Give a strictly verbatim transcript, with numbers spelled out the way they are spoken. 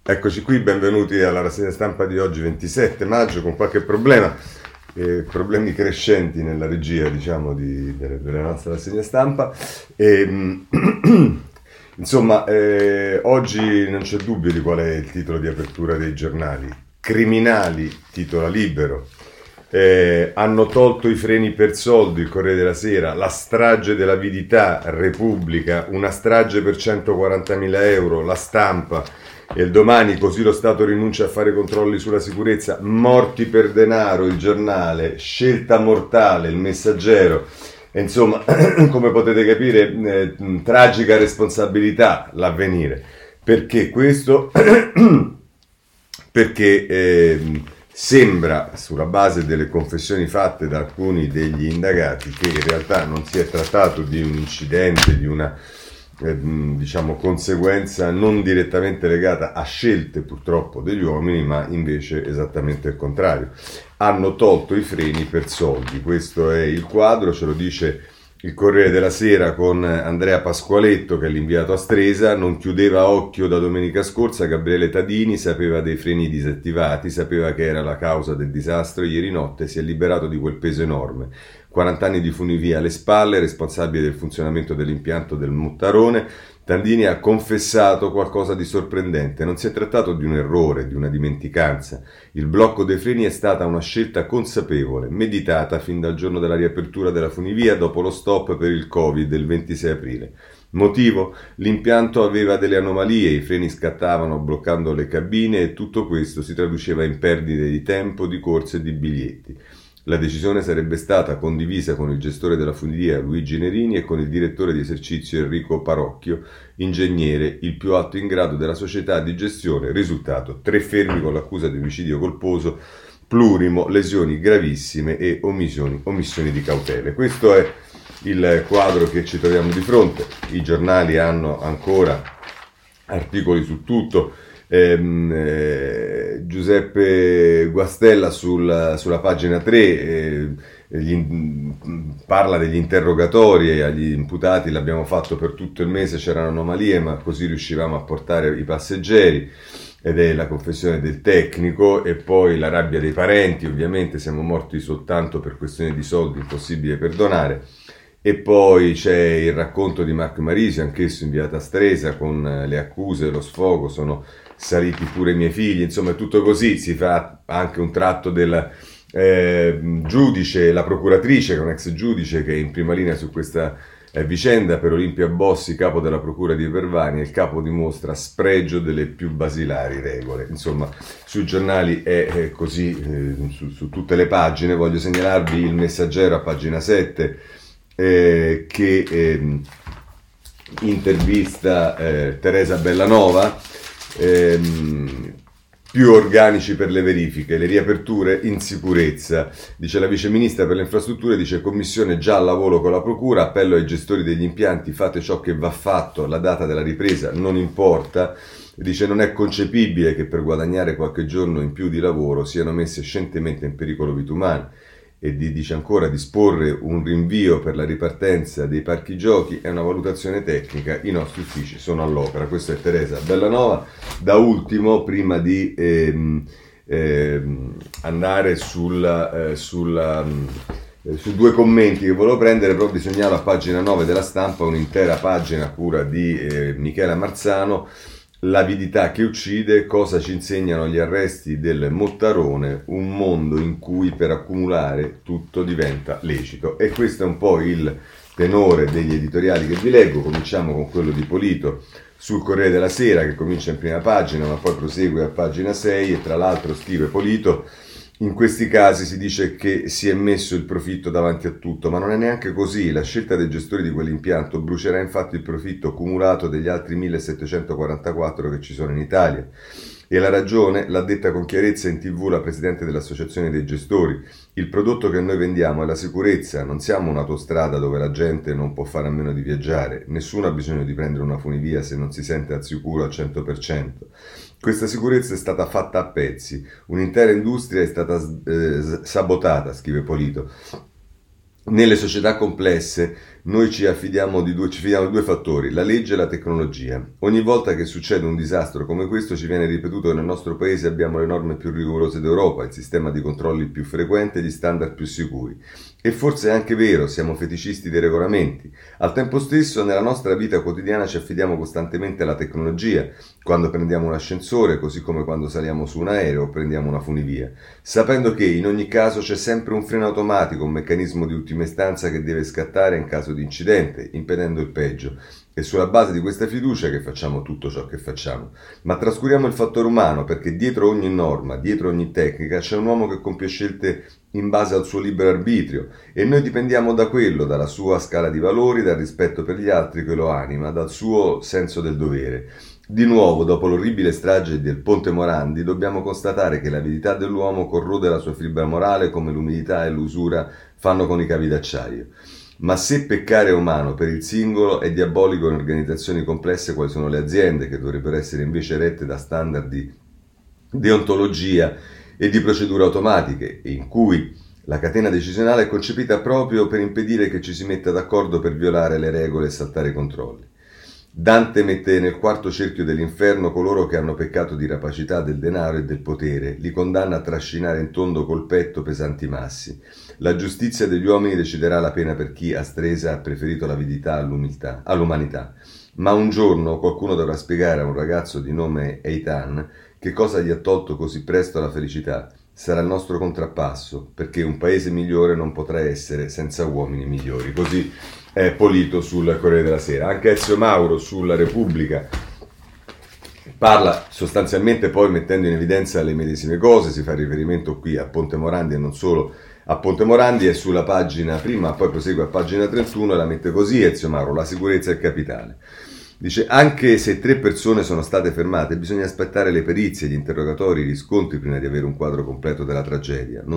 Eccoci qui, benvenuti alla rassegna stampa di oggi ventisette maggio con qualche problema, eh, problemi crescenti nella regia diciamo di, delle, della nostra rassegna stampa e, mh, insomma eh, oggi non c'è dubbio di qual è il titolo di apertura dei giornali. Criminali, titola Libero. Eh, hanno tolto i freni per soldi, il Corriere della Sera, la strage dell'avidità, Repubblica, una strage per centoquarantamila euro, La Stampa, e il Domani, così lo Stato rinuncia a fare controlli sulla sicurezza, morti per denaro, il Giornale, scelta mortale, il Messaggero, e insomma, come potete capire, eh, tragica responsabilità, l'Avvenire. Perché questo? Perché... Eh, Sembra, sulla base delle confessioni fatte da alcuni degli indagati, che in realtà non si è trattato di un incidente, di una eh, diciamo conseguenza non direttamente legata a scelte purtroppo degli uomini, ma invece esattamente il contrario. Hanno tolto i freni per soldi. Questo è il quadro, ce lo dice il Corriere della Sera con Andrea Pasqualetto, che è l'inviato a Stresa. Non chiudeva occhio da domenica scorsa, Gabriele Tadini sapeva dei freni disattivati, sapeva che era la causa del disastro, ieri notte si è liberato di quel peso enorme. quaranta anni di funivia alle spalle, responsabile del funzionamento dell'impianto del Mottarone. Tandini ha confessato qualcosa di sorprendente. Non si è trattato di un errore, di una dimenticanza. Il blocco dei freni è stata una scelta consapevole, meditata fin dal giorno della riapertura della funivia dopo lo stop per il Covid del ventisei aprile. Motivo? L'impianto aveva delle anomalie, i freni scattavano bloccando le cabine e tutto questo si traduceva in perdite di tempo, di corse e di biglietti. La decisione sarebbe stata condivisa con il gestore della funivia Luigi Nerini e con il direttore di esercizio Enrico Parocchio, ingegnere, il più alto in grado della società di gestione. Risultato: tre fermi con l'accusa di omicidio colposo, plurimo, lesioni gravissime e omissioni, omissioni di cautele. Questo è il quadro che ci troviamo di fronte. I giornali hanno ancora articoli su tutto. Eh, eh, Giuseppe Guastella sul, sulla pagina tre eh, gli, parla degli interrogatori agli imputati, l'abbiamo fatto per tutto il mese, c'erano anomalie ma così riuscivamo a portare i passeggeri, ed è la confessione del tecnico. E poi la rabbia dei parenti, ovviamente siamo morti soltanto per questioni di soldi, impossibile perdonare. E poi c'è il racconto di Marco Marisi, anch'esso inviato a Stresa, con le accuse, lo sfogo, sono saliti pure i miei figli, insomma è tutto così. Si fa anche un tratto del eh, giudice, la procuratrice, che è un ex giudice che è in prima linea su questa eh, vicenda, per Olimpia Bossi, capo della procura di Verbania. Il capo dimostra spregio delle più basilari regole. Insomma, sui giornali è, è così, eh, su, su tutte le pagine. Voglio segnalarvi il Messaggero a pagina sette, Eh, che eh, intervista eh, Teresa Bellanova. ehm, più organici per le verifiche, le riaperture in sicurezza, dice la viceministra per le infrastrutture, dice commissione già al lavoro con la procura, appello ai gestori degli impianti, fate ciò che va fatto, la data della ripresa non importa. Dice non è concepibile che per guadagnare qualche giorno in più di lavoro siano messe scientemente in pericolo vite umane. E di, dice ancora, disporre un rinvio per la ripartenza dei parchi giochi è una valutazione tecnica, i nostri uffici sono all'opera. Questa è Teresa Bellanova. Da ultimo, prima di ehm, ehm, andare sulla, eh, sulla, eh, su due commenti che volevo prendere, però vi segnalo a pagina nove della Stampa un'intera pagina a cura di eh, Michela Marzano. L'avidità che uccide, cosa ci insegnano gli arresti del Mottarone, un mondo in cui per accumulare tutto diventa lecito. E questo è un po' il tenore degli editoriali che vi leggo. Cominciamo con quello di Polito sul Corriere della Sera, che comincia in prima pagina ma poi prosegue a pagina sei, e tra l'altro scrive Polito: in questi casi si dice che si è messo il profitto davanti a tutto, ma non è neanche così. La scelta dei gestori di quell'impianto brucerà infatti il profitto accumulato degli altri millesettecentoquarantaquattro che ci sono in Italia. E la ragione l'ha detta con chiarezza in tv la presidente dell'associazione dei gestori. Il prodotto che noi vendiamo è la sicurezza, non siamo un'autostrada dove la gente non può fare a meno di viaggiare. Nessuno ha bisogno di prendere una funivia se non si sente al sicuro al cento per cento. Questa sicurezza è stata fatta a pezzi, un'intera industria è stata eh, sabotata, scrive Polito. Nelle società complesse Noi ci affidiamo di due, ci fidiamo di due fattori, la legge e la tecnologia. Ogni volta che succede un disastro come questo ci viene ripetuto che nel nostro paese abbiamo le norme più rigorose d'Europa, il sistema di controlli più frequente e gli standard più sicuri. E forse è anche vero, siamo feticisti dei regolamenti. Al tempo stesso nella nostra vita quotidiana ci affidiamo costantemente alla tecnologia, quando prendiamo un ascensore, così come quando saliamo su un aereo o prendiamo una funivia, sapendo che in ogni caso c'è sempre un freno automatico, un meccanismo di ultima istanza che deve scattare in caso di incidente, impedendo il peggio. È sulla base di questa fiducia che facciamo tutto ciò che facciamo. Ma trascuriamo il fattore umano, perché dietro ogni norma, dietro ogni tecnica, c'è un uomo che compie scelte in base al suo libero arbitrio e noi dipendiamo da quello, dalla sua scala di valori, dal rispetto per gli altri che lo anima, dal suo senso del dovere. Di nuovo, dopo l'orribile strage del Ponte Morandi, dobbiamo constatare che l'avidità dell'uomo corrode la sua fibra morale come l'umidità e l'usura fanno con i cavi d'acciaio. Ma se peccare è umano per il singolo, è diabolico in organizzazioni complesse quali sono le aziende, che dovrebbero essere invece rette da standard di deontologia e di procedure automatiche, in cui la catena decisionale è concepita proprio per impedire che ci si metta d'accordo per violare le regole e saltare i controlli. Dante mette nel quarto cerchio dell'inferno coloro che hanno peccato di rapacità del denaro e del potere, li condanna a trascinare in tondo col petto pesanti massi. La giustizia degli uomini deciderà la pena per chi a Stresa ha preferito l'avidità all'umiltà, all'umanità. Ma un giorno qualcuno dovrà spiegare a un ragazzo di nome Eitan che cosa gli ha tolto così presto la felicità. Sarà il nostro contrappasso, perché un paese migliore non potrà essere senza uomini migliori. Così è Polito sul Corriere della Sera. Anche Ezio Mauro sulla Repubblica parla sostanzialmente, poi mettendo in evidenza le medesime cose, si fa riferimento qui a Ponte Morandi e non solo a Ponte Morandi, è sulla pagina prima, poi prosegue a pagina trentuno e la mette così Ezio Mauro: la sicurezza è capitale. Dice, anche se tre persone sono state fermate, bisogna aspettare le perizie, gli interrogatori, i riscontri prima di avere un quadro completo della tragedia. Non